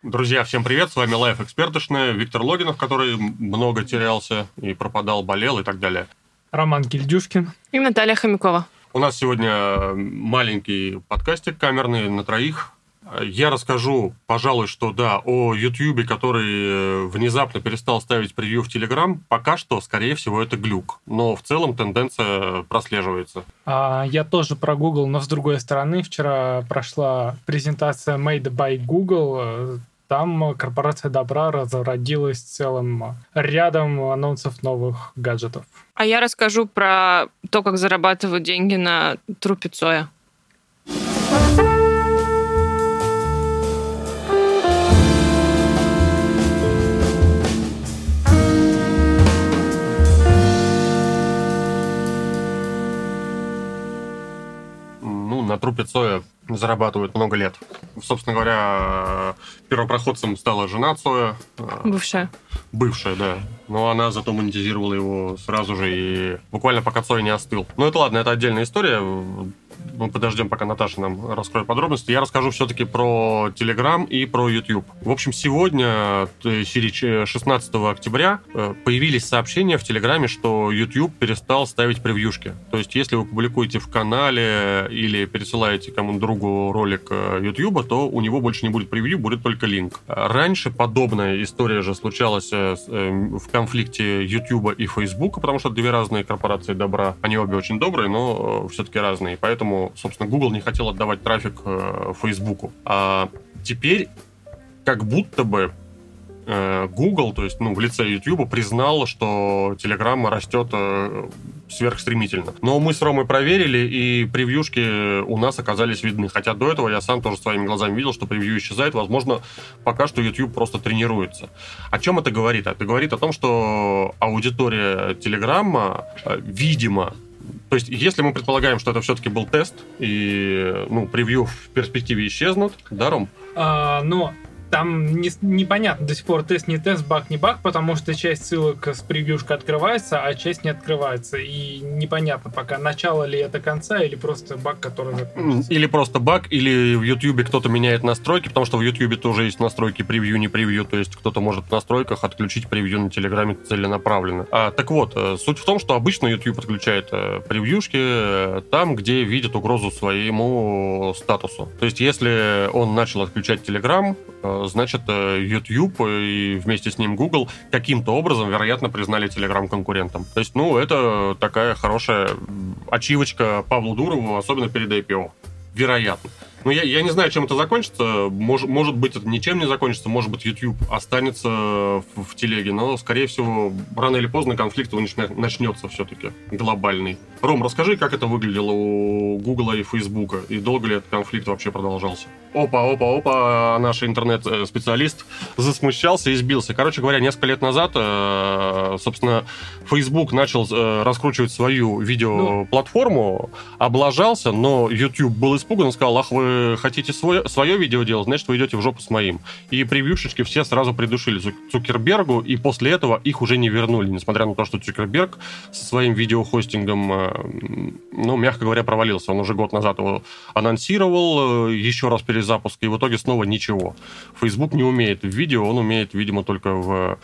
Друзья, всем привет, с вами Life Экспертошная, Виктор Логинов, который много терялся и пропадал, болел и так далее. Роман Кильдюшкин. И Наталья Хомякова. У нас сегодня маленький подкастик камерный на троих. Я расскажу, пожалуй, что да, о YouTube, который внезапно перестал ставить превью в Telegram. Пока что, скорее всего, это глюк. Но в целом тенденция прослеживается. Я тоже про Google, но с другой стороны. Вчера прошла презентация Made by Google. Там корпорация добра разродилась целым рядом анонсов новых гаджетов. А я расскажу про то, как зарабатывают деньги на трупе Цоя. На трупе Цоя зарабатывают много лет. Собственно говоря, первопроходцем стала жена Цоя. Бывшая. Бывшая, да. Но она зато монетизировала его сразу же и буквально пока Цой не остыл. Ну это ладно, это отдельная история. Мы подождем, пока Наташа нам раскроет подробности. Я расскажу все-таки про Telegram и про YouTube. В общем, сегодня, 16 октября, появились сообщения в Телеграме, что YouTube перестал ставить превьюшки. То есть, если вы публикуете в канале или пересылаете кому-то другу ролик YouTube, то у него больше не будет превью, будет только линк. Раньше подобная история же случалась в конфликте YouTube и Facebook, потому что две разные корпорации добра. Они обе очень добрые, но все-таки разные. Поэтому, собственно, Google не хотел отдавать трафик Фейсбуку. А теперь как будто бы Google, то есть в лице YouTube, признал, что Telegram растет сверхстремительно. Но мы с Ромой проверили, и превьюшки у нас оказались видны. Хотя до этого я сам тоже своими глазами видел, что превью исчезает. Возможно, пока что YouTube просто тренируется. О чем это говорит? Это говорит о том, что аудитория Telegram, видимо, то есть, если мы предполагаем, что это все-таки был тест, и превью в перспективе исчезнут, да, Ром? Но там непонятно до сих пор, тест не тест, баг не баг, потому что часть ссылок с превьюшкой открывается, а часть не открывается. И непонятно пока, начало ли это конца, или просто баг, который закончится. Или просто баг, или в YouTube кто-то меняет настройки, потому что в YouTube тоже есть настройки превью, не превью, то есть кто-то может в настройках отключить превью на Телеграме целенаправленно. Так вот, суть в том, что обычно YouTube отключает превьюшки там, где видит угрозу своему статусу. То есть, если он начал отключать Telegram, значит, YouTube и вместе с ним Google каким-то образом, вероятно, признали Telegram конкурентом. То есть, это такая хорошая ачивочка Павлу Дурову, особенно перед IPO. Вероятно. Но я не знаю, чем это закончится. Может быть, это ничем не закончится. Может быть, YouTube останется в телеге. Но, скорее всего, рано или поздно конфликт начнется все-таки глобальный. Ром, расскажи, как это выглядело у Гугла и Фейсбука. И долго ли этот конфликт вообще продолжался? Опа, наш интернет-специалист засмущался и сбился. Короче говоря, несколько лет назад, собственно, Facebook начал раскручивать свою видеоплатформу, облажался, но YouTube был испуган и сказал: ах, вы хотите свое видео делать, значит, вы идете в жопу с моим. И превьюшечки все сразу придушили Цукербергу, и после этого их уже не вернули, несмотря на то, что Цукерберг со своим видеохостингом, мягко говоря, провалился. Он уже год назад его анонсировал, еще раз перезапуск, и в итоге снова ничего. Facebook не умеет в видео, он умеет, видимо, только в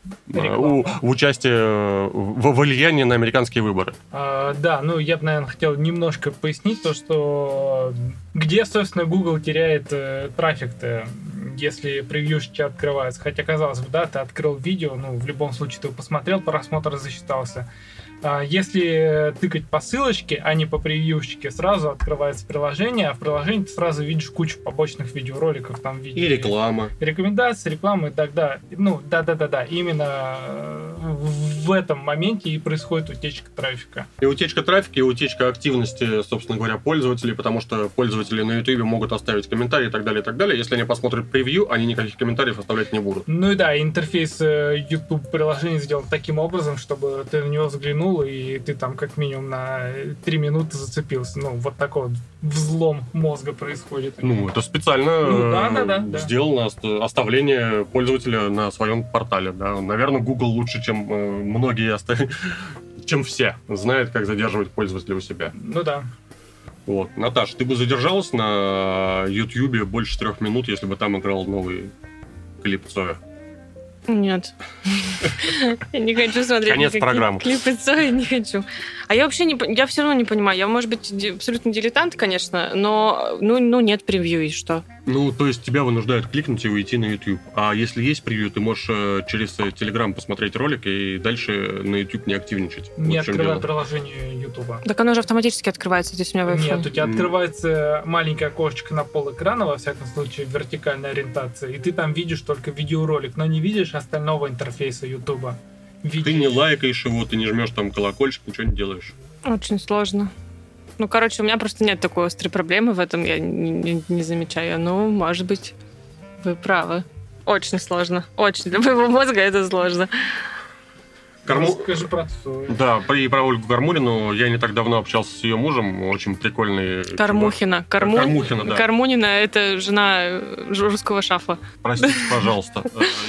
участие в влиянии на американские выборы. Да, я бы, наверное, хотел немножко пояснить то, что где, собственно, Google теряет трафик-то, если превьюшки открываются. Хотя, казалось бы, да, ты открыл видео, в любом случае ты его посмотрел, просмотр засчитался. Если тыкать по ссылочке, а не по превьюшечке, сразу открывается приложение, а в приложении ты сразу видишь кучу побочных видеороликов, там и реклама. Рекомендации, рекламы и так далее. Да. Именно в этом моменте и происходит утечка трафика. И утечка трафика, и утечка активности, собственно говоря, пользователей, потому что пользователи на YouTube могут оставить комментарии и так далее, и так далее. Если они посмотрят превью, они никаких комментариев оставлять не будут. Интерфейс YouTube приложения сделан таким образом, чтобы ты на него взглянул, и ты там как минимум на 3 минуты зацепился. Вот такой вот взлом мозга происходит. Это специально сделано оставление пользователя на своем портале. Да. Наверное, Google лучше, чем многие чем все, знает, как задерживать пользователя у себя. Да. Вот. Наташ, ты бы задержалась на YouTube больше 3 минут, если бы там играл новый клип Цоя? Нет. Я не хочу смотреть Конец программы. Клипы Цоя, не хочу. А я вообще я все равно не понимаю. Я, может быть, абсолютно дилетант, конечно, но нет превью, и что? Ну, то есть тебя вынуждают кликнуть и уйти на YouTube. А если есть превью, ты можешь через Telegram посмотреть ролик и дальше на YouTube не активничать. Не вот открывай приложение YouTube. Так оно же автоматически открывается, если у меня Wi-Fi. Нет, у тебя открывается маленькое окошечко на пол экрана, во всяком случае, в вертикальной ориентации, и ты там видишь только видеоролик, но не видишь остального интерфейса YouTube. Ты не лайкаешь его, ты не жмешь там колокольчик, ничего не делаешь. Очень сложно. Ну, короче, у меня просто нет такой острой проблемы в этом, я не замечаю. Ну, может быть, вы правы. Очень сложно. Очень. Для моего мозга это сложно. Расскажи про Цою. Да, про Ольгу Кармурину. Я не так давно общался с ее мужем, очень прикольный. Кармухина. Кармухина, да. Кармунина — это жена русского шафа. Простите, пожалуйста.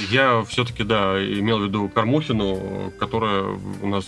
Я все-таки, имел в виду Кармухину, которая у нас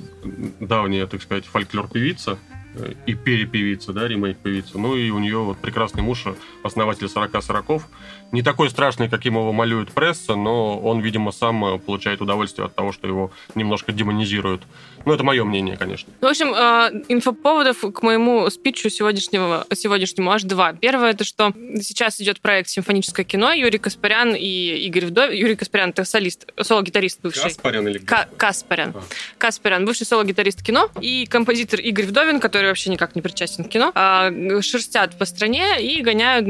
давняя, так сказать, фольклор-певица и перепевица, ремейк-певица. Ну и у нее вот прекрасный муж, основатель 40-40. Не такой страшный, каким его малюет пресса, но он, видимо, сам получает удовольствие от того, что его немножко демонизируют. Ну, это мое мнение, конечно. В общем, инфоповодов к моему спичу сегодняшнему аж два. Первое, это что сейчас идет проект «Симфоническое кино». Юрий Каспарян и Игорь Вдовин. Юрий Каспарян — это соло-гитарист бывший. Каспарян или Каспарян. Каспарян, бывший соло-гитарист кино. И композитор Игорь Вдовин, который вообще никак не причастен к кино, шерстят по стране и гоняют,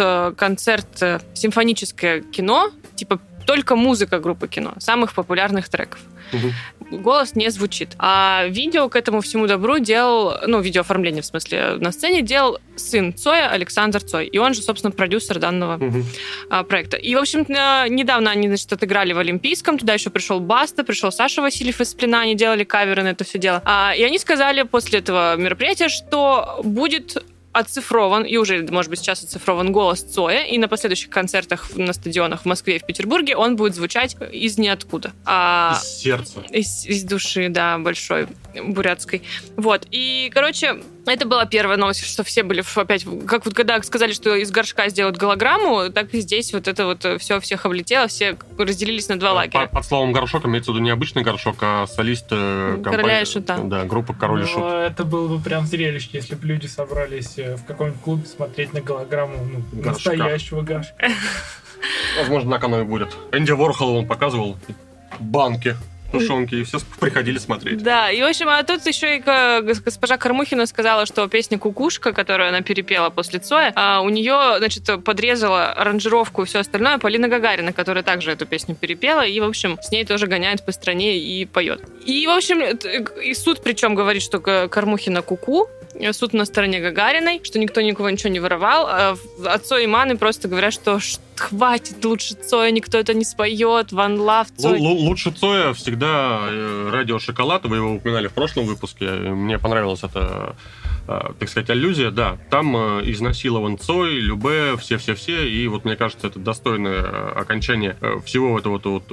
концерт «Симфоническое кино», типа только музыка группы кино, самых популярных треков. Угу. Голос не звучит. А видео к этому всему добру делал, видеооформление, в смысле, на сцене делал сын Цоя, Александр Цой. И он же, собственно, продюсер данного проекта. И, в общем, недавно они, отыграли в Олимпийском, туда еще пришел Баста, пришел Саша Васильев из «Сплина», они делали каверы на это все дело. И они сказали после этого мероприятия, что будет оцифрован, и уже, может быть, сейчас оцифрован голос Цоя, и на последующих концертах на стадионах в Москве и в Петербурге он будет звучать из ниоткуда. Из сердца. Из души, да, большой, бурятской. Вот. И, короче, это была первая новость, что все были опять... Как вот когда сказали, что из горшка сделают голограмму, так и здесь вот это вот все всех облетело, все разделились на два лагеря. Под словом горшок имеется в виду не обычный горшок, а солист Короля и Шута. Да, группа Король и Шут. Это было бы прям зрелище, если бы люди собрались в каком-нибудь клубе смотреть на голограмму настоящего горшка. Возможно, так оно и будет. Энди Ворхол он показывал банки, тушенки, и все приходили смотреть. Да, и, в общем, а тут еще и госпожа Кармухина сказала, что песня «Кукушка», которую она перепела после Цоя, у нее, подрезала аранжировку и все остальное Полина Гагарина, которая также эту песню перепела, и, в общем, с ней тоже гоняет по стране и поет. И, в общем, и суд причем говорит, что Кармухина куку, суд на стороне Гагариной, что никто никого ничего не воровал, а Цой и Маны просто говорят, что хватит, лучше Цоя никто это не споет, One Love, Цой. Лучше Цоя всегда радио «Шоколад», вы его упоминали в прошлом выпуске, мне понравилась эта, так сказать, аллюзия, да, там изнасилован Цой, Любэ, все-все-все, и вот мне кажется, это достойное окончание всего этого вот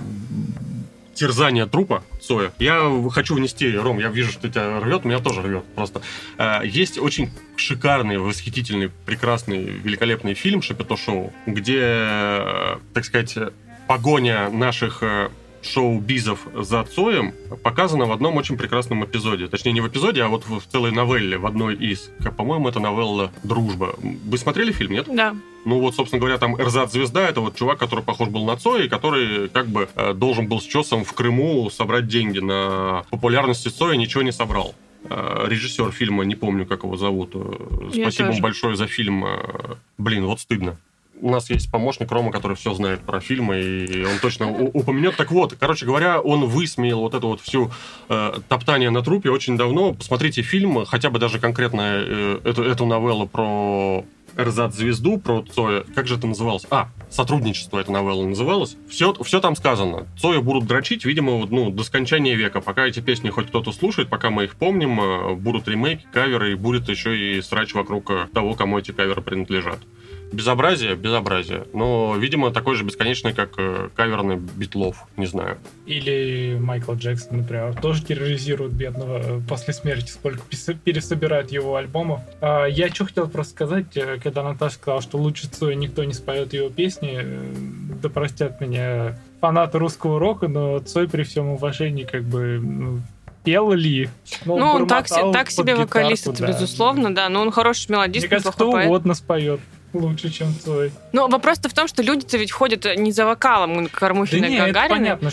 терзания трупа Цоя. Я хочу внести, Ром, я вижу, что тебя рвет, меня тоже рвет просто. Есть очень шикарный, восхитительный, прекрасный, великолепный фильм «Шапито Шоу», где, так сказать, погоня наших шоу-бизов за Цоем показана в одном очень прекрасном эпизоде. Точнее, не в эпизоде, а вот в целой новелле, в одной из. По-моему, это новелла «Дружба». Вы смотрели фильм, нет? Да. Ну вот, собственно говоря, там Эрзат-звезда, это вот чувак, который похож был на Цоя, и который как бы должен был с чесом в Крыму собрать деньги. На популярности Цоя ничего не собрал. Режиссер фильма, не помню, как его зовут. Спасибо вам большое за фильм. Блин, вот стыдно. У нас есть помощник Рома, который все знает про фильмы, и он точно упомянет. Так вот, короче говоря, он высмеял вот эту вот всю топтание на трупе очень давно. Посмотрите фильм, хотя бы даже конкретно эту новеллу про Эрзат-звезду, про Цоя. Как же это называлось? «Сотрудничество» эта новелла называлась. Все там сказано. Цоя будут дрочить, видимо, до скончания века. Пока эти песни хоть кто-то слушает, пока мы их помним, будут ремейки, каверы, и будет еще и срач вокруг того, кому эти каверы принадлежат. Безобразие. Но, видимо, такой же бесконечный, как каверный Битлов, не знаю. Или Майкл Джексон, например, тоже терроризирует бедного после смерти, сколько пересобирает его альбомов. Я что хотел просто сказать, когда Наташа сказала, что лучше Цоя никто не споет его песни, да простят меня фанаты русского рока, но Цой при всем уважении как бы пел ли? Ну, он так себе гитарку, вокалист, это безусловно, да. Но он хороший мелодист, мне кажется, кто угодно споет лучше, чем Цой. Но вопрос-то в том, что люди-то ведь ходят не за вокалом Кормухина и Гагарина. Это понятно,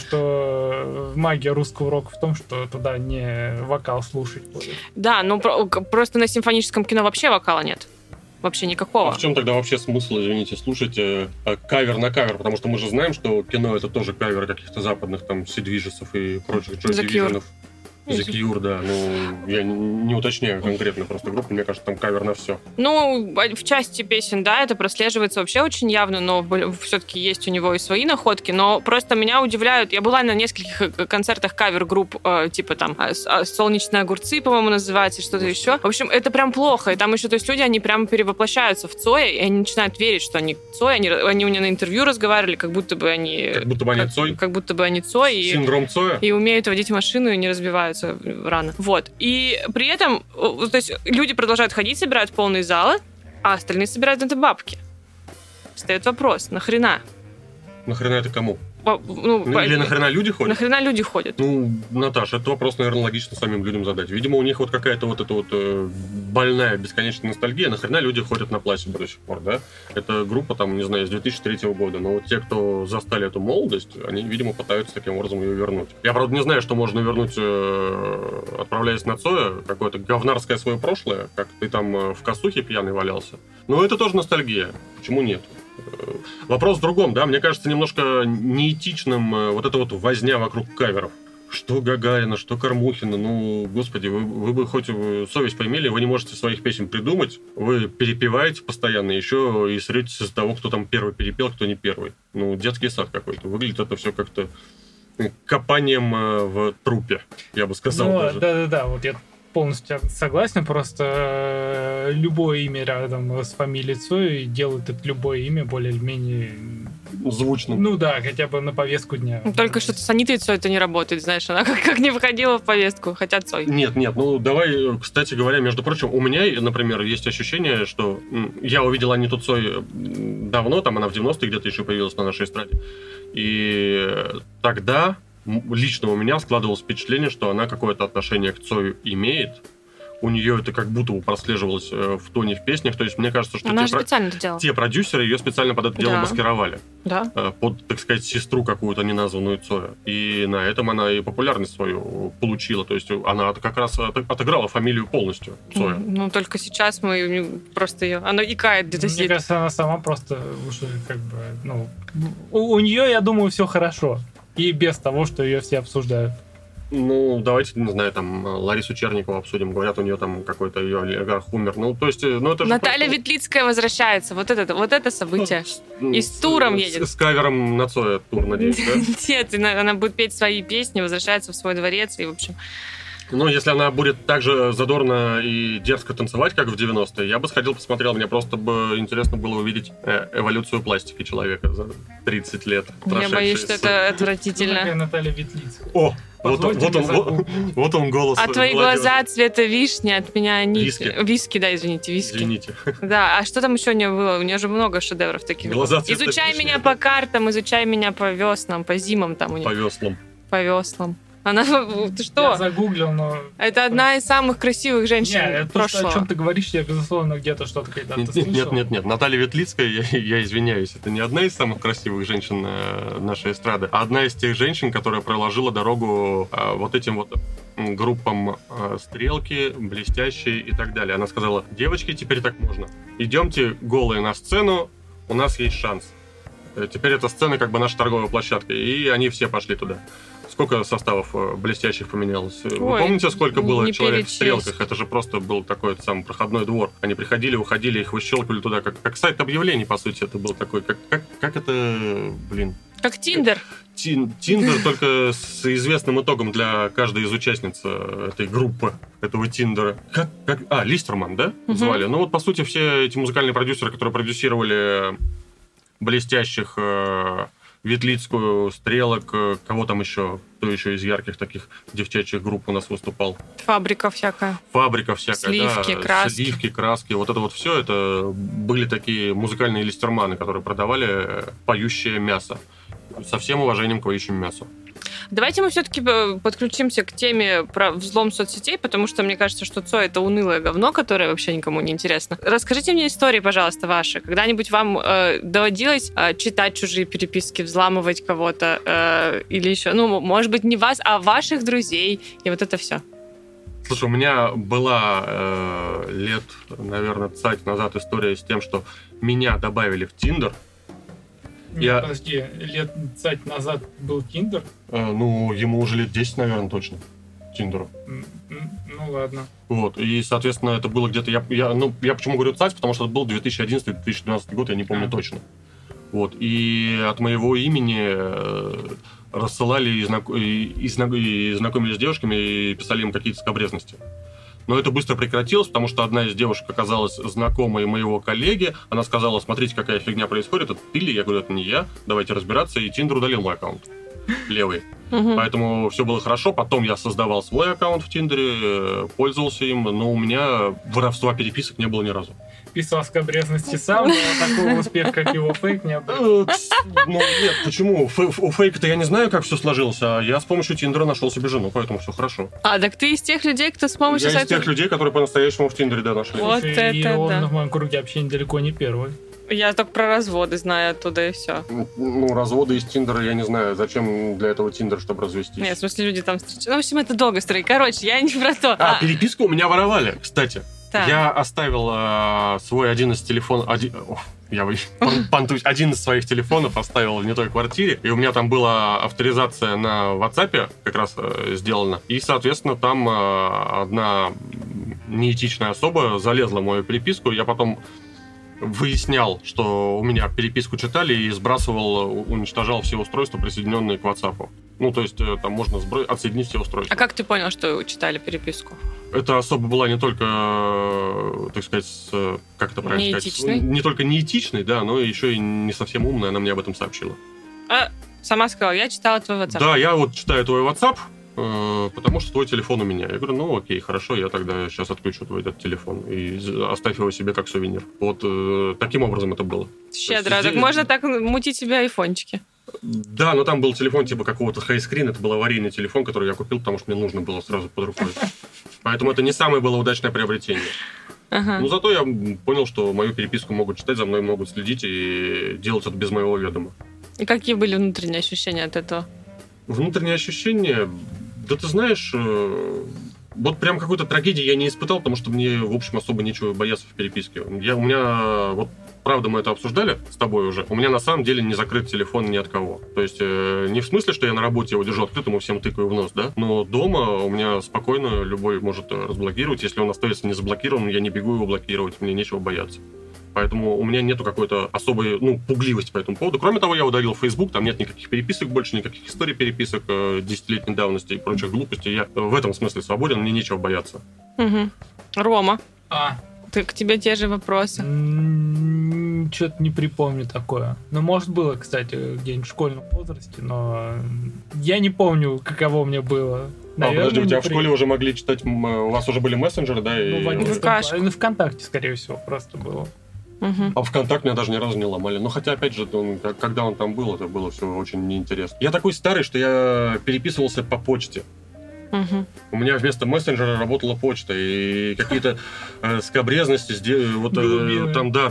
что магия русского рока в том, что туда не вокал слушать будет. Да, ну просто на симфоническом кино вообще вокала нет. Вообще никакого. А в чем тогда вообще смысл, извините, слушать кавер на кавер? Потому что мы же знаем, что кино — это тоже кавер каких-то западных там Sid Vicious и прочих Joy Division'ов. The Cure, да. Ну, я не уточняю конкретно просто группу, мне кажется, там кавер на все. Ну, в части песен, да, это прослеживается вообще очень явно, но все-таки есть у него и свои находки. Но просто меня удивляют. Я была на нескольких концертах кавер-групп, типа там «Солнечные огурцы», по-моему, называется, что-то еще. В общем, это прям плохо. И там еще, то есть люди, они прям перевоплощаются в Цоя, и они начинают верить, что они Цой. Они у меня на интервью разговаривали, как будто бы они Цой. Как будто бы они Цой. Синдром Цоя. И умеют водить машину и не разбиваются рано. Вот. И при этом, то есть люди продолжают ходить, собирают полные залы, а остальные собирают на это бабки. Встает вопрос, нахрена? Нахрена это кому? Или нахрена люди ходят? Нахрена люди ходят? Ну, Наташа, этот вопрос, наверное, логично самим людям задать. Видимо, у них вот какая-то вот эта вот больная бесконечная ностальгия. Нахрена люди ходят на пласибо до сих пор, да? Это группа, там, не знаю, с 2003 года. Но вот те, кто застали эту молодость, они, видимо, пытаются таким образом ее вернуть. Я, правда, не знаю, что можно вернуть, отправляясь на Цоя, какое-то говнарское свое прошлое, как ты там в косухе пьяный валялся. Но это тоже ностальгия. Почему нет? Вопрос в другом, да, мне кажется, немножко неэтичным вот эта вот возня вокруг каверов. Что Гагарина, что Кормухина, ну, господи, вы бы хоть совесть поимели, вы не можете своих песен придумать, вы перепеваете постоянно, еще и сретесь из-за того, кто там первый перепел, кто не первый. Ну, детский сад какой-то. Выглядит это все как-то копанием в трупе, я бы сказал даже. Да, вот я полностью согласен, просто любое имя рядом с фамилией Цой делает это любое имя более-менее звучным. Ну да, хотя бы на повестку дня. Только что с Анитой Цой это не работает, знаешь, она как не входила в повестку, хотя Цой. Нет, ну давай, кстати говоря, между прочим, у меня, например, есть ощущение, что я увидел Аниту Цой давно, там она в 90-е где-то еще появилась на нашей эстраде, и тогда лично у меня складывалось впечатление, что она какое-то отношение к Цою имеет. У нее это как будто бы прослеживалось в тоне в песнях. То есть мне кажется, что те продюсеры ее специально под это дело маскировали. Да. Под, так сказать, сестру какую-то неназванную Цоя. И на этом она и популярность свою получила. То есть она как раз отыграла фамилию полностью Цоя. Ну, только сейчас мы просто ее... Она икает где-то сидит. Мне кажется, она сама просто уже как бы... Ну, у нее, я думаю, все хорошо. И без того, что ее все обсуждают. Ну, давайте, не знаю, там, Ларису Черникову обсудим. Говорят, у нее там какой-то ее олигарх умер. Ну, то есть, ну, это же Наталья Ветлицкая возвращается. Вот это событие. И с туром едет. С кавером на Цоя тур, надеюсь, да? Нет, она будет петь свои песни, возвращается в свой дворец, и, в общем... Ну, если она будет так же задорно и дерзко танцевать, как в 90-е, я бы сходил, посмотрел. Мне просто бы интересно было увидеть эволюцию пластики человека за 30 лет. Я боюсь, что это отвратительно. Такая Наталья Ветлицкая. О, вот он голос. А твои глаза цвета вишни, от меня они... Виски, да, извините, виски. Извините. Да, а что там еще у нее было? У нее же много шедевров таких. Глаза цвета изучай вишни. Меня по картам, изучай меня по веснам, по зимам там у нее. По веслам. Она... Ты что? Я загуглил, но... Это одна из самых красивых женщин прошлого. О чем ты говоришь, я, безусловно, где-то что-то когда-то слышал. Нет. Наталья Ветлицкая, я извиняюсь, это не одна из самых красивых женщин нашей эстрады, а одна из тех женщин, которая проложила дорогу вот этим вот группам «Стрелки», «Блестящие» и так далее. Она сказала: девочки, теперь так можно. Идемте голые на сцену, у нас есть шанс. Теперь эта сцена как бы наша торговая площадка, и они все пошли туда. Сколько составов блестящих поменялось? Вы помните, сколько было человек в «Стрелках»? Это же просто был такой самый проходной двор. Они приходили, уходили, их выщелкивали туда, как сайт объявлений, по сути, это был такой. Как это, блин? Как Тиндер. Тиндер, только с известным итогом для каждой из участниц этой группы, этого Тиндера. Листерман, да? Звали. Ну вот, по сути, все эти музыкальные продюсеры, которые продюсировали «Блестящих», Ветлицкую, Стрелок, кого там еще, кто еще из ярких таких девчачьих групп у нас выступал. Фабрика всякая. Сливки, да, краски. Сливки, краски. Вот это вот все, это были такие музыкальные листерманы, которые продавали поющее мясо. Со всем уважением к поющему мясу. Давайте мы все-таки подключимся к теме про взлом соцсетей, потому что мне кажется, что Цой — это унылое говно, которое вообще никому не интересно. Расскажите мне истории, пожалуйста, ваши. Когда-нибудь вам доводилось читать чужие переписки, взламывать кого-то или еще, ну, может быть, не вас, а ваших друзей, и вот это все? Слушай, у меня была лет, наверное, 20 назад история с тем, что меня добавили в Тиндер. Нет, подожди, лет 20 назад был Тиндер? Ну, ему уже лет 10, наверное, точно. Тиндеру. Ну, ладно. Вот, и, соответственно, это было где-то... Я почему говорю 20, потому что это был 2011-2012 год, я не помню точно. Вот, и от моего имени рассылали и знакомились с девушками, и писали им какие-то скабрезности. Но это быстро прекратилось, потому что одна из девушек оказалась знакомой моего коллеги. Она сказала: смотрите, какая фигня происходит, это ты ли? Я говорю: это не я, давайте разбираться. И Тиндер удалил мой аккаунт. Левый. Поэтому все было хорошо. Потом я создавал свой аккаунт в Тиндере, пользовался им, но у меня воровства переписок не было ни разу. Писал скабрезности сам, но такого успеха, как его фейк, не было. Ну, нет, почему? У фейка-то я не знаю, как все сложилось, а я с помощью Тиндера нашел себе жену, поэтому все хорошо. Так ты из тех людей, кто с помощью сайта... Я из тех людей, которые по-настоящему в Тиндере, да, нашли. Вот это и он в моем круге общения далеко не первый. Я только про разводы знаю оттуда, и все. Ну, разводы из Тиндера, я не знаю, зачем для этого Тиндер, чтобы развестись. Нет, в смысле, люди там встречаются. Ну, в общем, это долго строить. Короче, я не про то. Переписку у меня воровали, кстати. Так. Я оставил свой один из телефонов... Один из своих телефонов оставил в не той квартире, и у меня там была авторизация на WhatsApp как раз сделана, и, соответственно, там одна неэтичная особа залезла в мою переписку, я потом выяснял, что у меня переписку читали, и уничтожал все устройства, присоединенные к WhatsApp. Ну, то есть там можно отсоединить все устройства. А как ты понял, что читали переписку? Эта особа была не только, так сказать, как это правильно сказать, не только неэтичной, да, но еще и не совсем умной, она мне об этом сообщила. Сама сказала: я читала твой WhatsApp. Да, я вот читаю твой WhatsApp, потому что твой телефон у меня. Я говорю: ну окей, хорошо, я тогда сейчас отключу твой этот телефон и оставь его себе как сувенир. Вот таким образом это было. Щедро. Так можно так мутить себе айфончики. Да, но там был телефон типа какого-то хайскрин, это был аварийный телефон, который я купил, потому что мне нужно было сразу под рукой. Поэтому это не самое было удачное приобретение. Но зато я понял, что мою переписку могут читать, за мной могут следить и делать это без моего ведома. И какие были внутренние ощущения от этого? Внутренние ощущения... Да ты знаешь, вот прям какой-то трагедии я не испытал, потому что мне, в общем, особо нечего бояться в переписке. У меня, вот правда, мы это обсуждали с тобой уже, у меня на самом деле не закрыт телефон ни от кого. То есть не в смысле, что я на работе его держу открытым и всем тыкаю в нос, да? Но дома у меня спокойно любой может разблокировать. Если он остается не заблокирован, я не бегу его блокировать, мне нечего бояться. Поэтому у меня нету какой-то особой, пугливости по этому поводу. Кроме того, я удалил Facebook, там нет никаких переписок больше, никаких историй переписок 10-летней давности и прочих глупостей. Я в этом смысле свободен, мне нечего бояться. Угу. Рома, к тебе те же вопросы. Что-то не припомню такое. Ну, может, было, кстати, где-нибудь в школьном возрасте, но я не помню, каково мне было. Наверное, подожди, у тебя в школе уже могли читать, у вас уже были мессенджеры, да? Ну, ВКонтакте, скорее всего, просто было. А ВКонтакт меня даже ни разу не ломали. Но хотя, опять же, когда он там был, это было все очень неинтересно. Я такой старый, что я переписывался по почте. У меня вместо мессенджера работала почта, и какие-то скабрезности, там, да,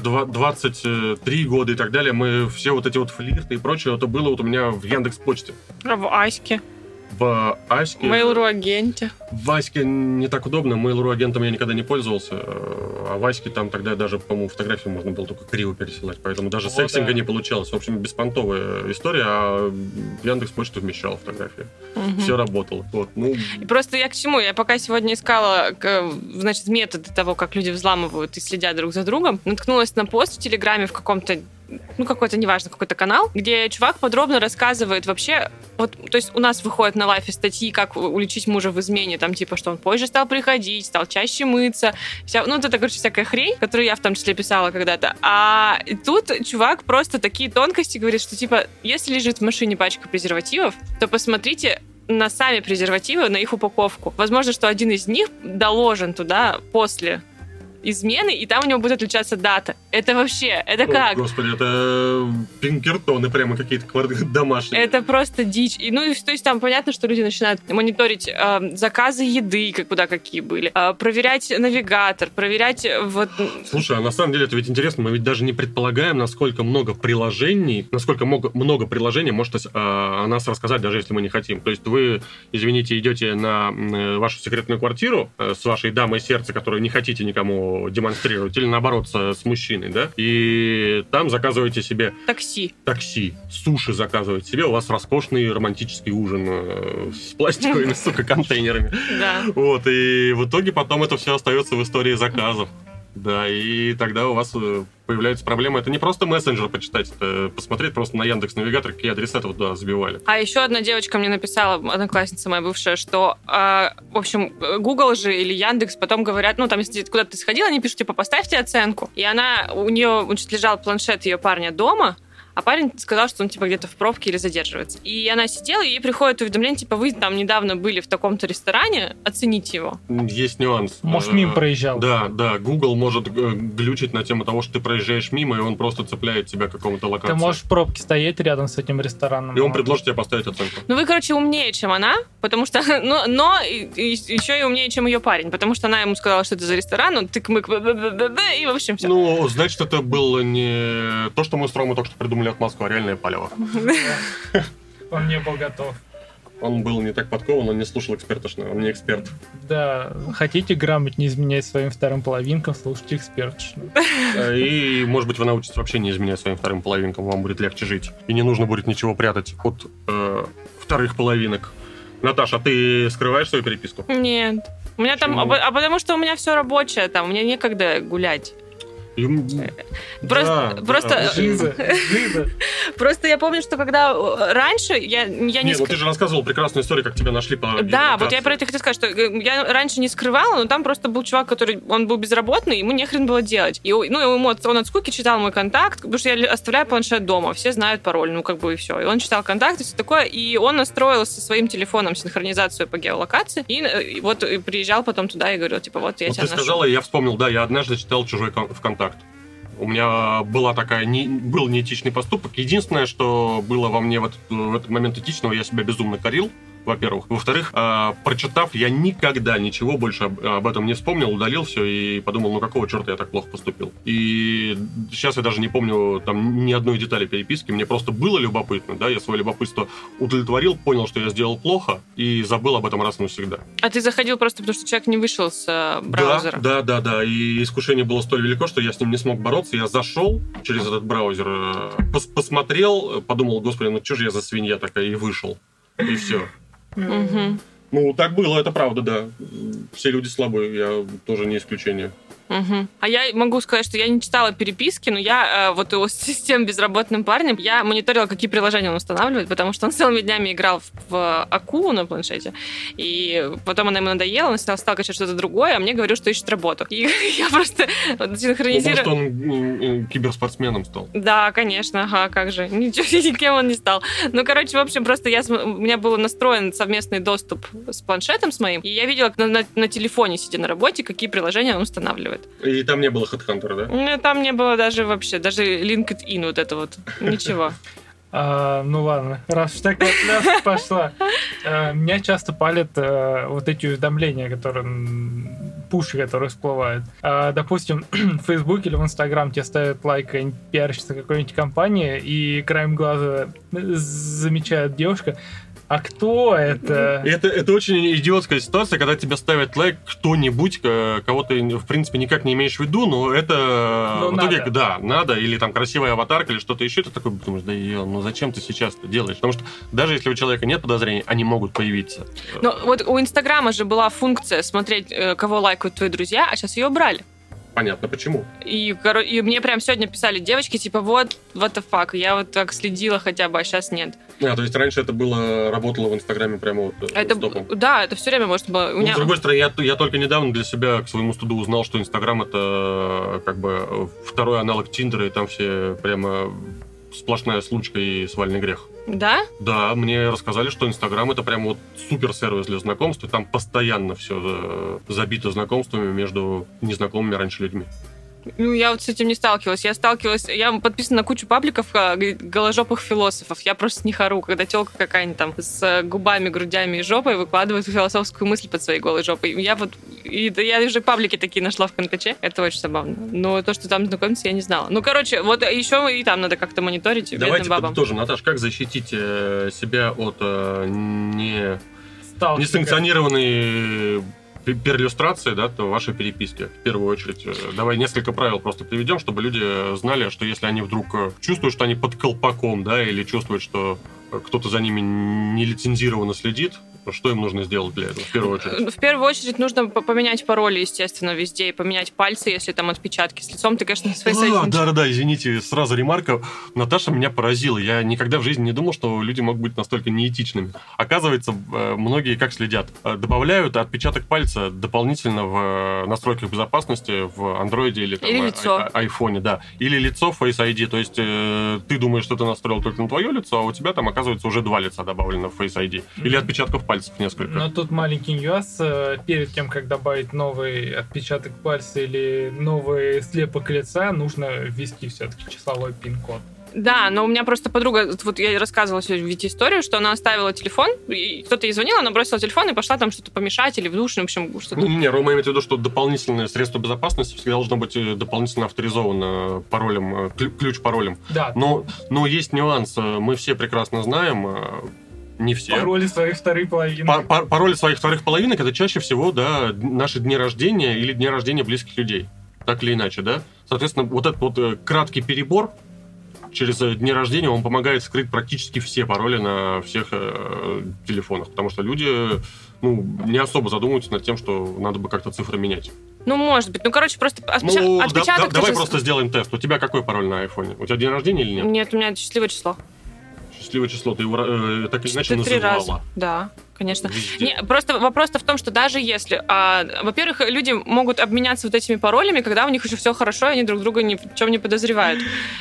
23 года и так далее, мы все вот эти вот флирты и прочее, это было вот у меня в Яндекс.Почте. А в Аське? В Аське... Mail.ru агенте. В Аське не так удобно, Mail.ru агентом я никогда не пользовался, а в Аське там тогда даже, по-моему, фотографию можно было только криво пересылать, поэтому даже сексинга не получалось. В общем, беспонтовая история, а Яндекс.Почту вмещала фотографии. Все работало. Вот, И просто я к чему? Я пока сегодня искала, значит, методы того, как люди взламывают и следят друг за другом, наткнулась на пост в Телеграме в каком-то какой-то, неважно, какой-то канал, где чувак подробно рассказывает вообще, вот, то есть у нас выходят на лайфе статьи, как уличить мужа в измене, там, типа, что он позже стал приходить, стал чаще мыться, это, короче, всякая хрень, которую я в том числе писала когда-то. А тут чувак просто такие тонкости говорит, что, типа, если лежит в машине пачка презервативов, то посмотрите на сами презервативы, на их упаковку. Возможно, что один из них доложен туда после измены, и там у него будет отличаться дата. Это вообще, это как? Господи, это пинкертоны прямо какие-то домашние. Это просто дичь. И, то есть там понятно, что люди начинают мониторить заказы еды, куда какие были, проверять навигатор, проверять вот... Слушай, а на самом деле это ведь интересно, мы ведь даже не предполагаем, насколько много приложений может о нас рассказать, даже если мы не хотим. То есть вы, извините, идете на вашу секретную квартиру с вашей дамой сердца, которую не хотите никому демонстрировать, или наоборот с мужчиной, да, и там заказываете себе такси, суши заказываете себе, у вас роскошный романтический ужин с пластиковыми, контейнерами. Да. Вот, и в итоге потом это все остается в истории заказов. Да, и тогда у вас появляются проблемы. Это не просто мессенджер почитать, это посмотреть просто на Яндекс.Навигатор, какие адреса туда забивали. А еще одна девочка мне написала, одноклассница моя бывшая, что, в общем, Google же или Яндекс потом говорят, там, если куда-то ты сходила, они пишут, типа, поставьте оценку. И у нее лежал планшет ее парня дома, а парень сказал, что он, типа, где-то в пробке или задерживается. И она сидела, и ей приходит уведомление, типа, вы там недавно были в таком-то ресторане, оцените его. Есть нюанс. Может, мимо проезжал. Да, Google может глючить на тему того, что ты проезжаешь мимо, и он просто цепляет тебя к какому-то локации. Ты можешь в пробке стоять рядом с этим рестораном. И он предложит тебе поставить оценку. Вы, короче, умнее, чем она, потому что... Но еще и умнее, чем ее парень, потому что она ему сказала, что это за ресторан, он тык-мык, и, в общем, все. Значит, это было не то, что мы с Ромой только что придумали от Москвы, а реальное палево. Он не был готов. Он был не так подкован, он не слушал экспертошно, он не эксперт. Да, хотите грамотнее изменять своим вторым половинкам, слушайте экспертошно. И, может быть, вы научитесь вообще не изменять своим вторым половинкам, вам будет легче жить. И не нужно будет ничего прятать от вторых половинок. Наташа, а ты скрываешь свою переписку? Нет. У меня там... потому что у меня все рабочее, там, мне некогда гулять. Просто я помню, что когда раньше я не... ты же рассказывал прекрасную историю, как тебя нашли по... Да, вот я про это хотела сказать, что я раньше не скрывала, но там просто был чувак, он был безработный, ему нехрен было делать. И он от скуки читал мой контакт, потому что я оставляю планшет дома, все знают пароль, и все. И он читал контакт и все такое, и он настроил со своим телефоном синхронизацию по геолокации, и вот приезжал потом туда и говорил, типа, вот я тебя нашел. Ты сказала, и я вспомнил, да, я однажды читал чужой ВКонтакт. У меня был неэтичный поступок. Единственное, что было во мне в этот момент этичного, я себя безумно корил, во-первых. Во-вторых, прочитав, я никогда ничего больше об этом не вспомнил, удалил все и подумал, какого черта я так плохо поступил. И сейчас я даже не помню там ни одной детали переписки, мне просто было любопытно, да, я свое любопытство удовлетворил, понял, что я сделал плохо и забыл об этом раз и навсегда. А ты заходил просто потому, что человек не вышел с браузера? Да, и искушение было столь велико, что я с ним не смог бороться, я зашел через этот браузер, посмотрел, подумал, господи, что же я за свинья такая, и вышел. И все. Угу. Так было, это правда, да. Все люди слабые, я тоже не исключение. Угу. А я могу сказать, что я не читала переписки, но я вот с тем безработным парнем, я мониторила, какие приложения он устанавливает, потому что он целыми днями играл в акулу на планшете, и потом она ему надоела, он стал качать что-то другое, а мне говорил, что ищет работу. И я просто синхронизирую... Потому что он киберспортсменом стал. Да, конечно, ага, как же. Никем он не стал. В общем, просто у меня был настроен совместный доступ с планшетом с моим, и я видела на телефоне, сидя на работе, какие приложения он устанавливает. И там не было HeadHunter, да? Там не было даже LinkedIn вот это вот. Ничего. Ладно, раз уж такая пляска пошла. Меня часто палят вот эти уведомления, пуши, которые всплывают. Допустим, в Facebook или в Instagram тебе ставят лайк пиарщица какой-нибудь компании, и краем глаза замечает девушка: а кто это? Это очень идиотская ситуация, когда тебе ставят лайк кто-нибудь, кого ты, в принципе, никак не имеешь в виду, но это в итоге, да, надо, или там красивая аватарка, или что-то еще, ты такой думаешь, зачем ты сейчас это делаешь? Потому что даже если у человека нет подозрений, они могут появиться. Но вот у Инстаграма же была функция смотреть, кого лайкают твои друзья, а сейчас ее убрали. Понятно, почему. И мне прям сегодня писали девочки, типа, вот, what the fuck, я вот так следила хотя бы, а сейчас нет. То есть раньше это работало в Инстаграме прямо вот стопом? Да, это все время можно было. С другой стороны, я только недавно для себя, к своему стыду, узнал, что Инстаграм — это как бы второй аналог Тиндера, и там все прямо сплошная случка и свальный грех. Да? Да, мне рассказали, что Инстаграм — это прям вот супер-сервис для знакомств, и там постоянно все забито знакомствами между незнакомыми раньше людьми. Ну, я вот с этим не сталкивалась. Я подписана на кучу пабликов голожопых философов. Я просто не хору, когда тёлка какая-нибудь там с губами, грудями и жопой выкладывает философскую мысль под своей голой жопой. Я уже паблики такие нашла в КНКЧ. Это очень забавно. Но то, что там знакомиться, я не знала. Ну, короче, вот еще и там надо как-то мониторить бедным бабам. Давайте подытожим, Наташ, как защитить себя от несанкционированной перлюстрации, да, то вашей переписки, в первую очередь. Давай несколько правил просто приведем, чтобы люди знали, что если они вдруг чувствуют, что они под колпаком, да, или чувствуют, что кто-то за ними нелицензированно следит, что им нужно сделать для этого, в первую очередь? В первую очередь нужно поменять пароли, естественно, везде, и поменять пальцы, если там отпечатки. С лицом ты, конечно, свои сайты... Да, извините, сразу ремарка. Наташа меня поразила. Я никогда в жизни не думал, что люди могут быть настолько неэтичными. Оказывается, многие как следят? Добавляют отпечаток пальца дополнительно в настройках безопасности в андроиде или айфоне, да. Или лицо Face ID, то есть ты думаешь, что ты настроил только на твое лицо, а у тебя там, оказывается, уже 2 лица добавлено в Face ID. Или отпечатков пальцев несколько. Но тут маленький нюанс. Перед тем, как добавить новый отпечаток пальца или новый слепок лица, нужно ввести все-таки числовой пин-код. Да, но у меня просто подруга, вот я рассказывала сегодня в историю, что она оставила телефон, и кто-то ей звонил, она бросила телефон и пошла там что-то помешать или в душ, в общем, что-то. Не, Рома имеет в виду, что дополнительное средство безопасности всегда должно быть дополнительно авторизовано паролем, ключ-паролем. Да. Но есть нюанс, мы все прекрасно знаем, не все. Пароли своих вторых половинок. Пароли своих вторых половинок — это чаще всего, да, наши дни рождения или дни рождения близких людей. Так или иначе, да? Соответственно, вот этот вот краткий перебор через дни рождения, он помогает скрыть практически все пароли на всех телефонах, потому что люди, не особо задумываются над тем, что надо бы как-то цифры менять. Ну, может быть. просто отпечаток... Давай просто сделаем тест. У тебя какой пароль на айфоне? У тебя день рождения или нет? Нет, у меня счастливое число. Счастливое число, ты его так или иначе 3 называла. раза. Да, конечно. Просто вопрос-то в том, что даже если... во-первых, люди могут обменяться вот этими паролями, когда у них еще все хорошо, и они друг друга ни в чем не подозревают.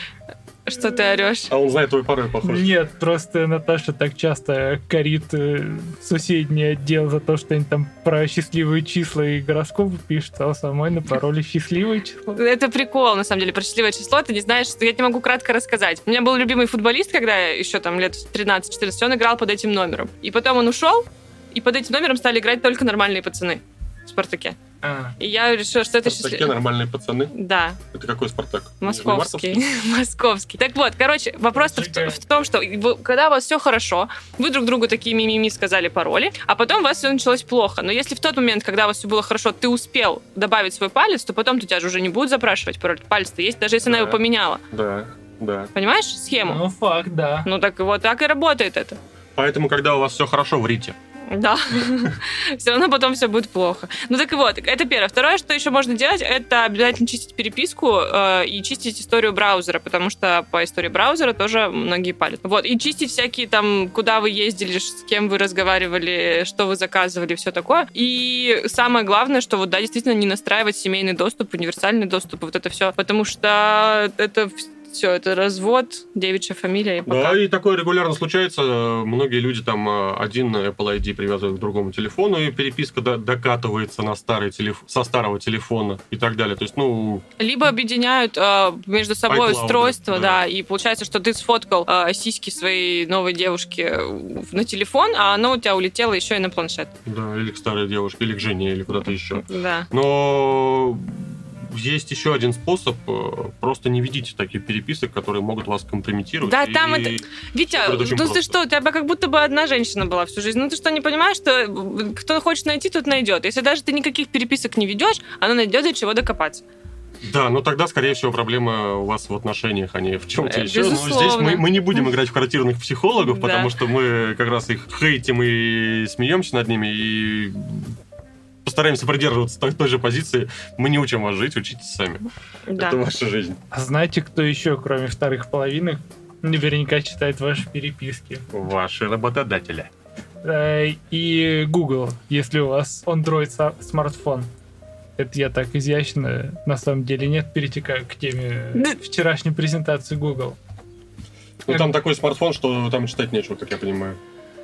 Что ты орешь? А он знает твой пароль, похоже. Нет, просто Наташа так часто корит соседний отдел за то, что они там про счастливые числа и гороскопы пишут, а у самой на пароле счастливое число. Это прикол, на самом деле, про счастливое число. Ты не знаешь, что я тебе могу кратко рассказать. У меня был любимый футболист, когда еще там лет 13-14, он играл под этим номером. И потом он ушел, и под этим номером стали играть только нормальные пацаны в «Спартаке». И я решила, что это счастливое. Такие нормальные пацаны? Да. Это какой «Спартак»? Московский. Московский. Так вот, короче, вопрос в том, что когда у вас все хорошо, вы друг другу такие мимими сказали пароли, а потом у вас все началось плохо. Но если в тот момент, когда у вас все было хорошо, ты успел добавить свой палец, то потом тебя же уже не будут запрашивать пароль. Палец-то есть, даже если она его поменяла. Да. Понимаешь схему? Ну, факт, да. Ну, так вот так и работает это. Поэтому, когда у вас все хорошо, врите. Да, все равно потом все будет плохо. Ну так и вот, это первое. Второе, что еще можно делать, это обязательно чистить переписку и чистить историю браузера, потому что по истории браузера тоже многие палят. Вот, и чистить всякие там, куда вы ездили, с кем вы разговаривали, что вы заказывали, все такое. И самое главное, что вот, да, действительно не настраивать семейный доступ, универсальный доступ, вот это все, потому что это... Все, это развод, девичья фамилия и пока. Да, и такое регулярно случается. Многие люди там один Apple ID привязывают к другому телефону, и переписка докатывается на старый со старого телефона и так далее. То есть, либо объединяют между собой устройства, да, и получается, что ты сфоткал сиськи своей новой девушки на телефон, а оно у тебя улетело еще и на планшет. Да, или к старой девушке, или к жене, или куда-то еще. Да. Но... Есть еще один способ. Просто не ведите таких переписок, которые могут вас компрометировать. Да, там это... Витя, ты что, у тебя как будто бы одна женщина была всю жизнь. Ты что, не понимаешь, что кто хочет найти, тот найдет. Если даже ты никаких переписок не ведешь, она найдет до чего докопаться. Да, но тогда, скорее всего, проблема у вас в отношениях, а не в чем-то еще. Безусловно. Но здесь мы не будем играть в квартирных психологов, потому что мы как раз их хейтим и смеемся над ними, и постараемся придерживаться той же позиции. Мы не учим вас жить, учитесь сами. Да. Это ваша жизнь. А знаете, кто еще, кроме вторых половинок, наверняка читает ваши переписки? Ваши работодатели. И Google, если у вас Android смартфон. Это я так изящно, на самом деле нет, перетекаю к теме вчерашней презентации Google. Ну, там такой смартфон, что там читать нечего, как я понимаю.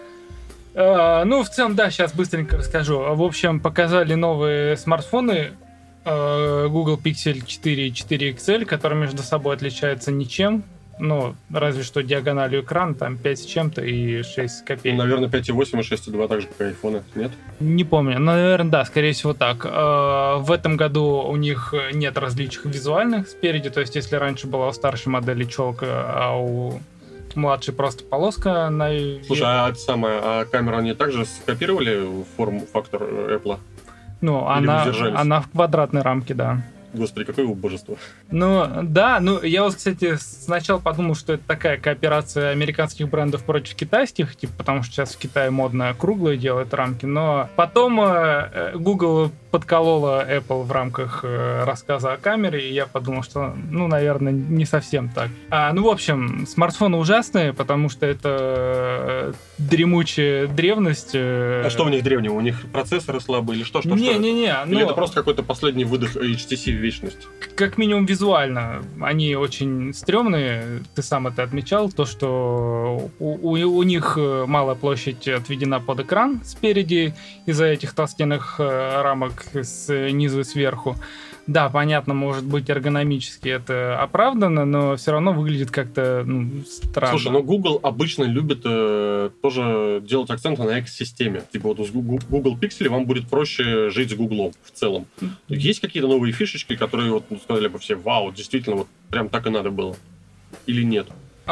Ну, в целом, да, сейчас быстренько расскажу. В общем, показали новые смартфоны Google Pixel 4 и 4 XL, которые между собой отличаются ничем. Ну, разве что диагональю экрана, там 5 с чем-то и 6 с копеек. Ну, наверное, 5.8 и 6.2, так же, как и айфоны, нет? Не помню, но, наверное, да, скорее всего так. В этом году у них нет различий визуальных спереди, то есть если раньше была у старшей модели челка, а у младшей просто полоска на... Слушай, а камеру они также скопировали форм-фактор Apple? Ну, она в квадратной рамке, да. Господи, какое убожество. Ну, да, я вот, кстати, сначала подумал, что это такая кооперация американских брендов против китайских, типа, потому что сейчас в Китае модно круглые делать рамки, но потом Google подколола Apple в рамках рассказа о камере, и я подумал, что, наверное, не совсем так. В общем, смартфоны ужасные, потому что это дремучая древность. А что у них древнего? У них процессоры слабые или что? Не-не-не. Или это просто какой-то последний выдох HTC в вечность? Как минимум визуально. Они очень стрёмные. Ты сам это отмечал, то, что у них малая площадь отведена под экран спереди из-за этих толстенных рамок снизу и сверху. Да, понятно, может быть, эргономически это оправдано, но все равно выглядит как-то странно. Слушай, Google обычно любит тоже делать акценты на экосистеме. Типа вот с Google Pixel вам будет проще жить с Google в целом. Есть какие-то новые фишечки, которые вот сказали бы все, вау, действительно, вот прям так и надо было? Или нет?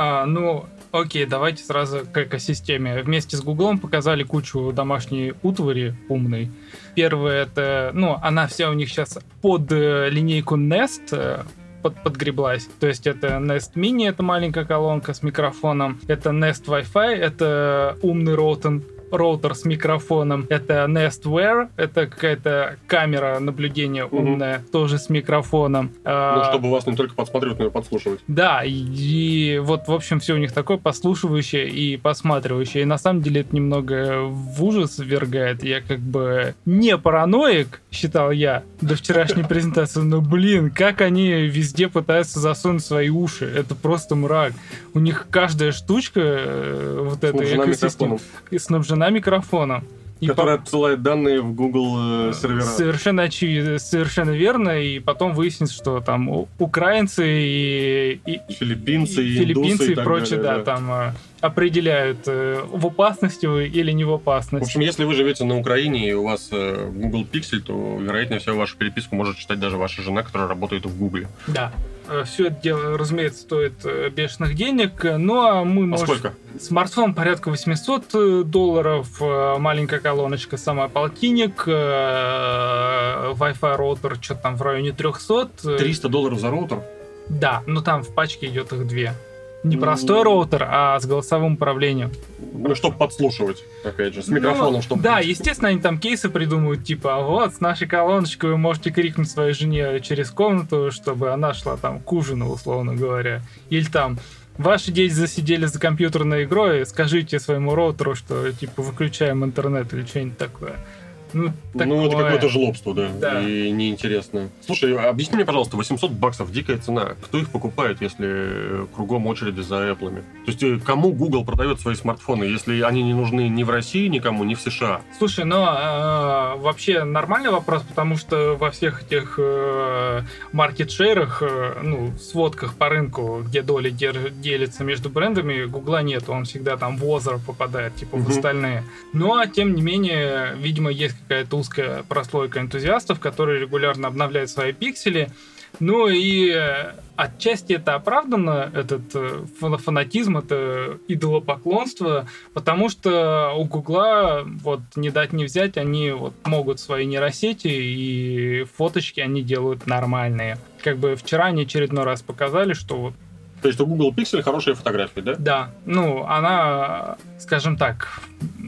Окей, давайте сразу к экосистеме. Вместе с Гуглом показали кучу домашней утвари умной. Первое, это, она вся у них сейчас под линейку Nest подгреблась. То есть это Nest Mini, это маленькая колонка с микрофоном. Это Nest Wi-Fi, это умный роутер с микрофоном. Это Nest Wear, это какая-то камера наблюдения умная, тоже с микрофоном. Чтобы вас не только подсматривать, но и подслушивать. Да, и вот, в общем, все у них такое подслушивающее и подсматривающее. И на самом деле это немного в ужас ввергает. Я как бы не параноик, считал я, до вчерашней презентации, но, как они везде пытаются засунуть свои уши. Это просто мрак. У них каждая штучка вот эта экосистема снабжена микрофоном. Который отсылает данные в Google сервера. Совершенно очевидно, совершенно верно. И потом выяснится, что там украинцы и филиппинцы, и индусы и прочее, да, там определяют, в опасности вы или не в опасности. В общем, если вы живете на Украине и у вас Google Pixel, то, вероятнее всего, вашу переписку может читать даже ваша жена, которая работает в Google. Да. Все это дело, разумеется, стоит бешеных денег. Сколько? Смартфон порядка $800, маленькая колоночка, самая полтинник, Wi-Fi роутер, что-то там в районе $300. $300 за роутер? Да, там в пачке идет их две. Не простой роутер, а с голосовым управлением. Чтобы подслушивать, опять же, с микрофоном. Чтобы... Да, естественно, они там кейсы придумывают, типа, вот, с нашей колоночкой вы можете крикнуть своей жене через комнату, чтобы она шла там к ужину, условно говоря. Или там, ваши дети засидели за компьютерной игрой, скажите своему роутеру, что, типа, выключаем интернет или что-нибудь такое. Это какое-то жлобство, да, и неинтересно. Слушай, объясни мне, пожалуйста, $800 дикая цена. Кто их покупает, если кругом очереди за Apple'ами? То есть кому Google продает свои смартфоны, если они не нужны ни в России никому, ни в США? Слушай, вообще нормальный вопрос, потому что во всех этих маркет-шейрах, сводках по рынку, где доли делятся между брендами, Гугла нет, он всегда там в озеро попадает, типа в остальные. Тем не менее, видимо, есть какая-то узкая прослойка энтузиастов, которые регулярно обновляют свои пиксели. И отчасти это оправдано, этот фанатизм, это идолопоклонство, потому что у Гугла, не дать не взять, они могут свои нейросети, и фоточки они делают нормальные. Как бы вчера они очередной раз показали, что То есть у Google Pixel хорошие фотографии, да? Да. Она, скажем так,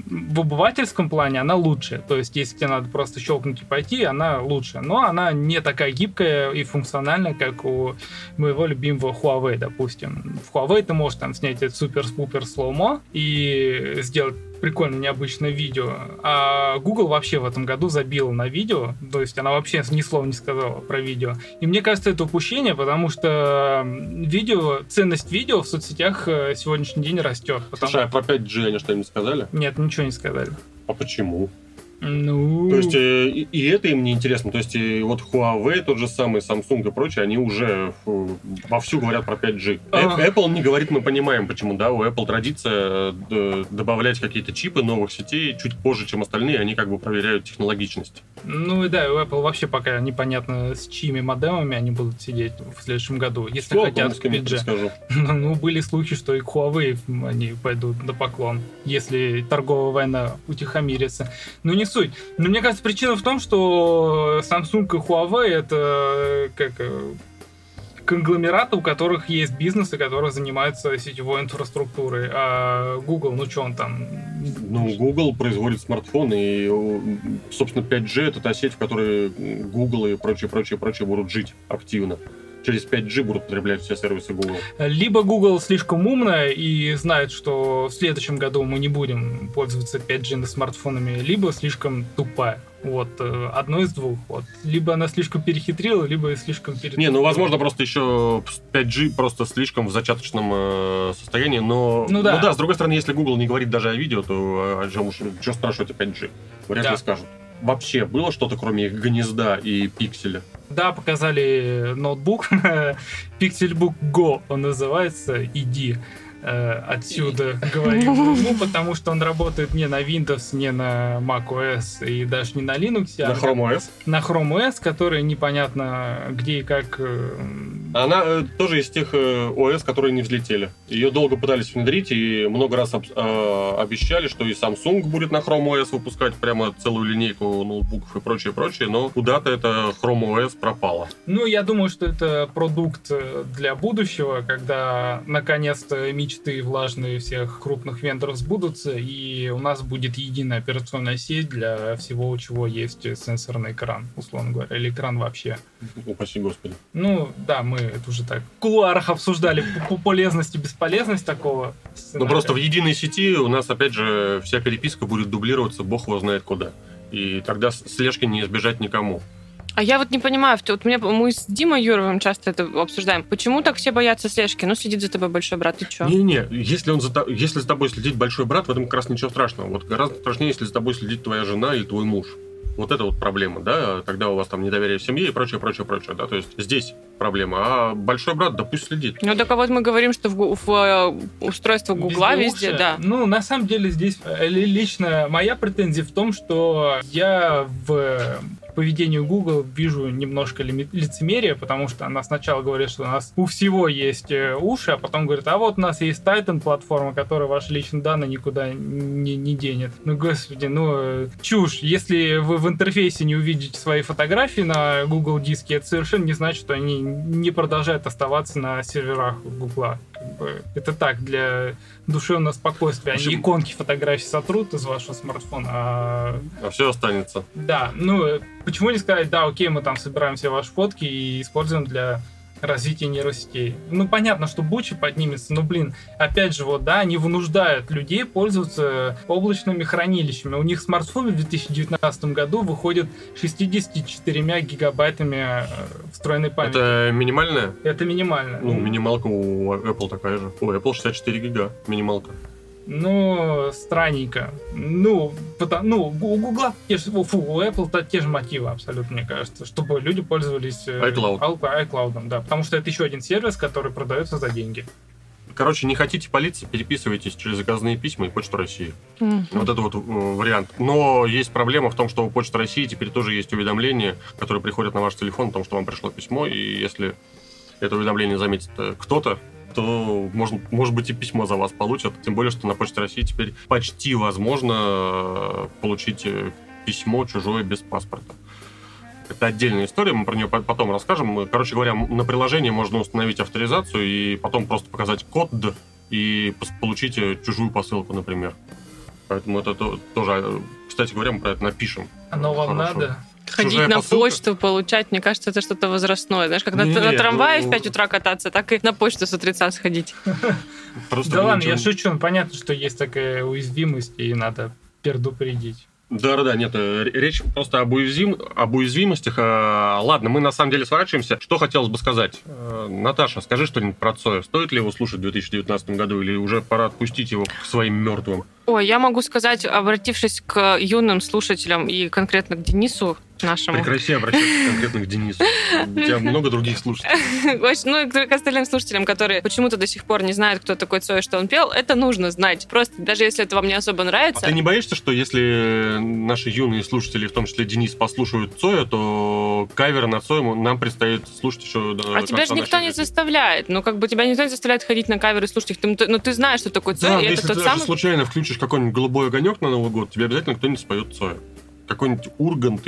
в обывательском плане она лучше. То есть, если тебе надо просто щелкнуть и пойти, она лучше. Но она не такая гибкая и функциональная, как у моего любимого Huawei, допустим. В Huawei ты можешь там снять это супер-пупер слоумо и сделать прикольно необычное видео. А Google вообще в этом году забила на видео, то есть она вообще ни слова не сказала про видео. И мне кажется, это упущение, потому что ценность видео в соцсетях сегодняшний день растет. Слушай, а про 5G они что-нибудь сказали? Нет, ничего не сказали. А почему? Ну... То есть и это им не интересно. То есть вот Huawei, тот же самый Samsung и прочие, они уже вовсю говорят про 5G. Apple не говорит, мы понимаем, почему, да, у Apple традиция добавлять какие-то чипы новых сетей чуть позже, чем остальные, они как бы проверяют технологичность. Ну и да, у Apple вообще пока непонятно, с чьими модемами они будут сидеть в следующем году, если хотят 5G. Ну, были слухи, что и к Huawei они пойдут на поклон, если торговая война утихомирится. Ну, не суть. Но мне кажется, причина в том, что Samsung и Huawei это как конгломераты, у которых есть бизнесы, которые занимаются сетевой инфраструктурой. А Google, ну что он там? Ну, Google производит смартфоны, и, собственно, 5G — это та сеть, в которой Google и прочие будут жить активно. Через 5G будут потреблять все сервисы Google. Либо Google слишком умная и знает, что в следующем году мы не будем пользоваться 5G смартфонами, либо слишком тупая. Вот, одно из двух. Вот. Либо она слишком перехитрила, либо слишком перехитрила. Не, ну, возможно, просто еще 5G просто слишком в зачаточном состоянии, но... Ну да, с другой стороны, если Google не говорит даже о видео, то что спрашивать о 5G? Вряд ли скажут. Вообще было что-то, кроме их гнезда и пикселя? Да, показали ноутбук, Pixelbook Go он называется, иди. Отсюда говорим, ну, потому что он работает не на Windows, не на macOS и даже не на Linux, на Chrome OS. На Chrome OS, который непонятно где и как. Она тоже из тех OS, которые не взлетели. Ее долго пытались внедрить и много раз обещали, что и Samsung будет на Chrome OS выпускать прямо целую линейку ноутбуков и прочее, но куда-то это Chrome OS пропало. Ну, я думаю, что это продукт для будущего, когда наконец-то мечты влажные всех крупных вендоров сбудутся, и у нас будет единая операционная сеть для всего, у чего есть сенсорный экран, условно говоря, или экран вообще. Упаси Господи. Ну, да, мы это уже так в кулуарах обсуждали полезность и бесполезность такого сценария. Ну, просто в единой сети у нас, опять же, вся переписка будет дублироваться, бог его знает куда. И тогда слежки не избежать никому. А я вот не понимаю, вот мы с Димой Юровым часто это обсуждаем. Почему так все боятся слежки? Ну, следит за тобой большой брат, ты чё? Не-не, если за тобой следит большой брат, в этом как раз ничего страшного. Вот гораздо страшнее, если за тобой следит твоя жена или твой муж. Вот это вот проблема, да, тогда у вас там недоверие в семье и прочее, да, то есть здесь проблема, а большой брат, да пусть следит. Ну, так а вот мы говорим, что в устройство Гугла везде, да. Ну, на самом деле здесь лично моя претензия в том, что я в поведению Google вижу немножко лицемерия, потому что она сначала говорит, что у нас у всего есть уши, а потом говорит, а вот у нас есть Titan платформа, которая ваши личные данные никуда не денет. Ну, господи, ну, чушь. Если вы в интерфейсе не увидите свои фотографии на Google диске, это совершенно не значит, что они не продолжают оставаться на серверах Google. Это так, для душевного спокойствия. Они иконки фотографий сотрут из вашего смартфона, а все останется. Да, ну, почему не сказать, да, окей, мы там собираем все ваши фотки и используем для развития нейросетей. Ну, понятно, что бучи поднимется, но, блин, опять же, вот, да, они вынуждают людей пользоваться облачными хранилищами. У них смартфоны в 2019 году выходят 64 гигабайтами встроенной памяти. Это минимальная? Это минимальная. Ну, минималка у Apple такая же. У Apple 64 гига минималка. Ну, странненько. Ну, у Гугла, у Apple те же мотивы абсолютно, мне кажется, чтобы люди пользовались iCloud, да, потому что это еще один сервис, который продается за деньги. Короче, не хотите палиться, переписывайтесь через заказные письма и Почту России. Вот это вот вариант. Но есть проблема в том, что у Почты России теперь тоже есть уведомления, которые приходят на ваш телефон о том, что вам пришло письмо, и если это уведомление заметит кто-то, то, может быть, и письмо за вас получат. Тем более, что на Почте России теперь почти возможно получить письмо чужое без паспорта. Это отдельная история, мы про нее потом расскажем. Короче говоря, на приложении можно установить авторизацию и потом просто показать код и получить чужую посылку, например. Поэтому это тоже... Кстати говоря, мы про это напишем. Оно вам надо? Ходить Чужая на посылка? почту, получать, мне кажется, это что-то возрастное. Знаешь, как на трамвае в 5 утра кататься, так и на почту с утреца сходить. Просто Да ладно, я шучу. Понятно, что есть такая уязвимость, и надо предупредить. Да, нет, речь просто об уязвимостях. Ладно, мы на самом деле сворачиваемся. Что хотелось бы сказать? Наташа, скажи что-нибудь про Цоя. Стоит ли его слушать в 2019 году, или уже пора отпустить его к своим мертвым? Ой, я могу сказать, обратившись к юным слушателям и конкретно к Денису нашему. Прекрати обращаться конкретно к Денису. У тебя много других слушателей. Ну, и к остальным слушателям, которые почему-то до сих пор не знают, кто такой Цой и что он пел, это нужно знать. Просто даже если это вам не особо нравится. А ты не боишься, что если наши юные слушатели, в том числе Денис, послушают Цоя, то каверы на Цоя нам предстоит слушать еще до А тебя же никто не заставляет. Ну, как бы тебя никто не заставляет ходить на каверы и слушать их. Но ты знаешь, что такое Цой, Да, и это если тот ты самый... даже случайно включишь какой-нибудь «Голубой огонек» на Новый год, тебе обязательно кто-нибудь споет Цоя. Какой-нибудь Ургант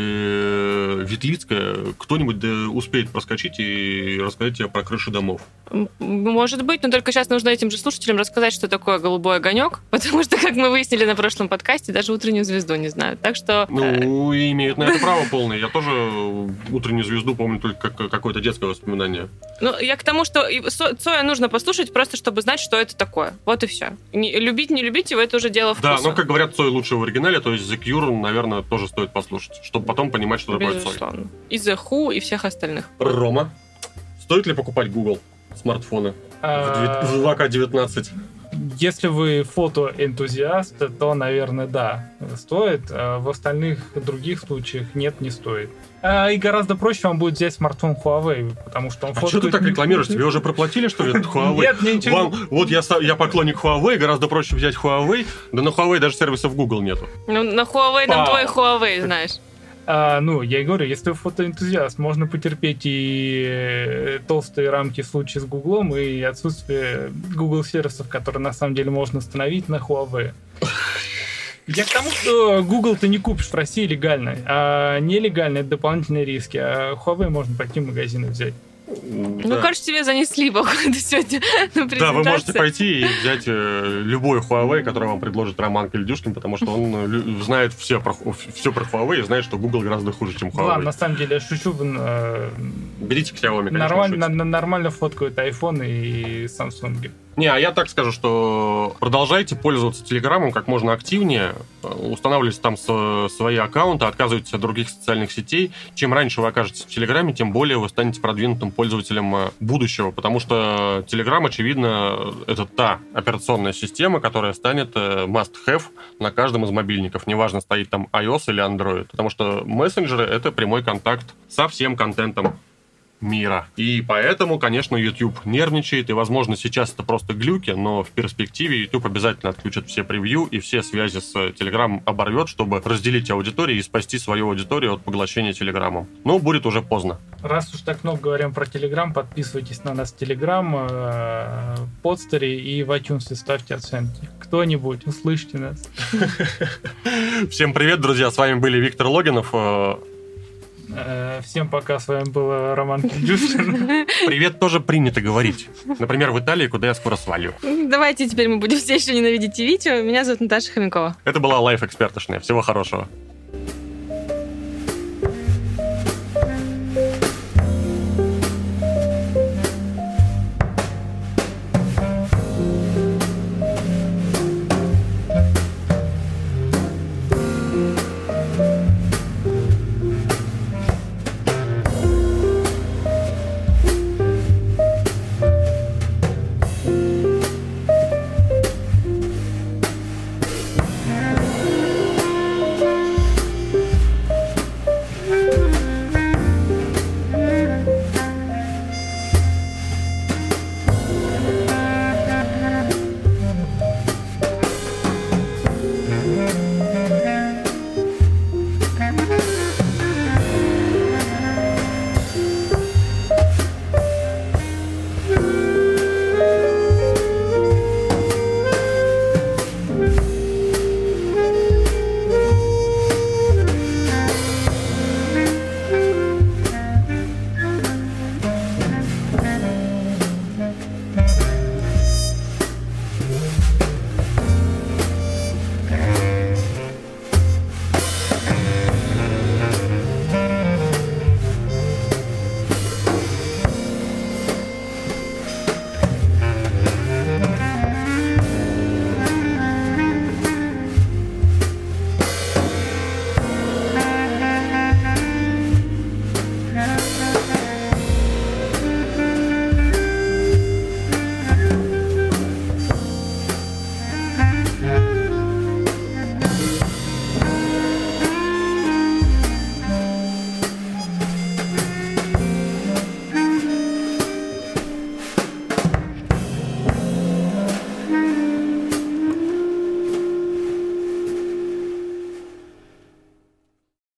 или Ветлицкая, кто-нибудь успеет проскочить и рассказать тебе про крыши домов. Может быть, но только сейчас нужно этим же слушателям рассказать, что такое «Голубой огонек», потому что, как мы выяснили на прошлом подкасте, даже «Утреннюю звезду» не знают. Так что... Ну, и имеют на это право полное. Я тоже «Утреннюю звезду» помню только как какое-то детское воспоминание. Ну, я к тому, что Цоя нужно послушать просто, чтобы знать, что это такое. Вот и все. Любить, не любить его, это уже дело вкуса. Да, но, как говорят, Цой лучше в оригинале, то есть The Cure, наверное, тоже стоит послушать, чтобы потом понимать, что такое Цой. Безусловно. И The Who, и всех остальных. Рома, стоит ли покупать Google смартфоны в АК-19? Если вы фотоэнтузиаст, то, наверное, да, стоит. А в остальных других случаях нет, не стоит. И гораздо проще вам будет взять смартфон Huawei, потому что он что ты так рекламируешь? Тебе уже проплатили, что ли, Huawei? Нет, мне ничего. Вот я поклонник Huawei, гораздо проще взять Huawei. Да на Huawei даже сервисов Google нету. Ну, на Huawei там твой Huawei, знаешь. Я и говорю, если вы фотоэнтузиаст, можно потерпеть и толстые рамки в случае с Гуглом, и отсутствие Google сервисов, которые на самом деле можно установить на Huawei. Я к тому, что Google ты не купишь в России легально, а нелегально это дополнительные риски, а Huawei можно пойти в магазин и взять. Ну, кажется, тебе занесли, походу, сегодня на презентации. Да, вы можете пойти и взять любой Huawei, который вам предложит Роман Кельдюшкин, потому что он знает все про Huawei и знает, что Google гораздо хуже, чем Huawei. Ладно, на самом деле, я шучу. Берите Xiaomi, конечно. Нормально фоткают iPhone и Samsung. Не, а я так скажу, что продолжайте пользоваться Телеграмом как можно активнее, устанавливайте там свои аккаунты, отказывайтесь от других социальных сетей. Чем раньше вы окажетесь в Телеграме, тем более вы станете продвинутым пользователем будущего, потому что Телеграм, очевидно, это та операционная система, которая станет must-have на каждом из мобильников, неважно, стоит там iOS или Android, потому что мессенджеры — это прямой контакт со всем контентом мира. И поэтому, конечно, YouTube нервничает, и, возможно, сейчас это просто глюки, но в перспективе YouTube обязательно отключит все превью и все связи с Telegram оборвет, чтобы разделить аудиторию и спасти свою аудиторию от поглощения Telegram. Но будет уже поздно. Раз уж так много говорим про Telegram, подписывайтесь на нас в Telegram, в подстере и в iTunes ставьте оценки. Кто-нибудь, услышьте нас. Всем привет, друзья, с вами были Виктор Логинов. Всем пока, с вами был Роман Кельдюшкин. Привет тоже принято говорить. Например, в Италии, куда я скоро свалю. Давайте теперь мы будем все еще ненавидеть Витю. Меня зовут Наташа Хомякова. Это была Лайф Экспертошная. Всего хорошего.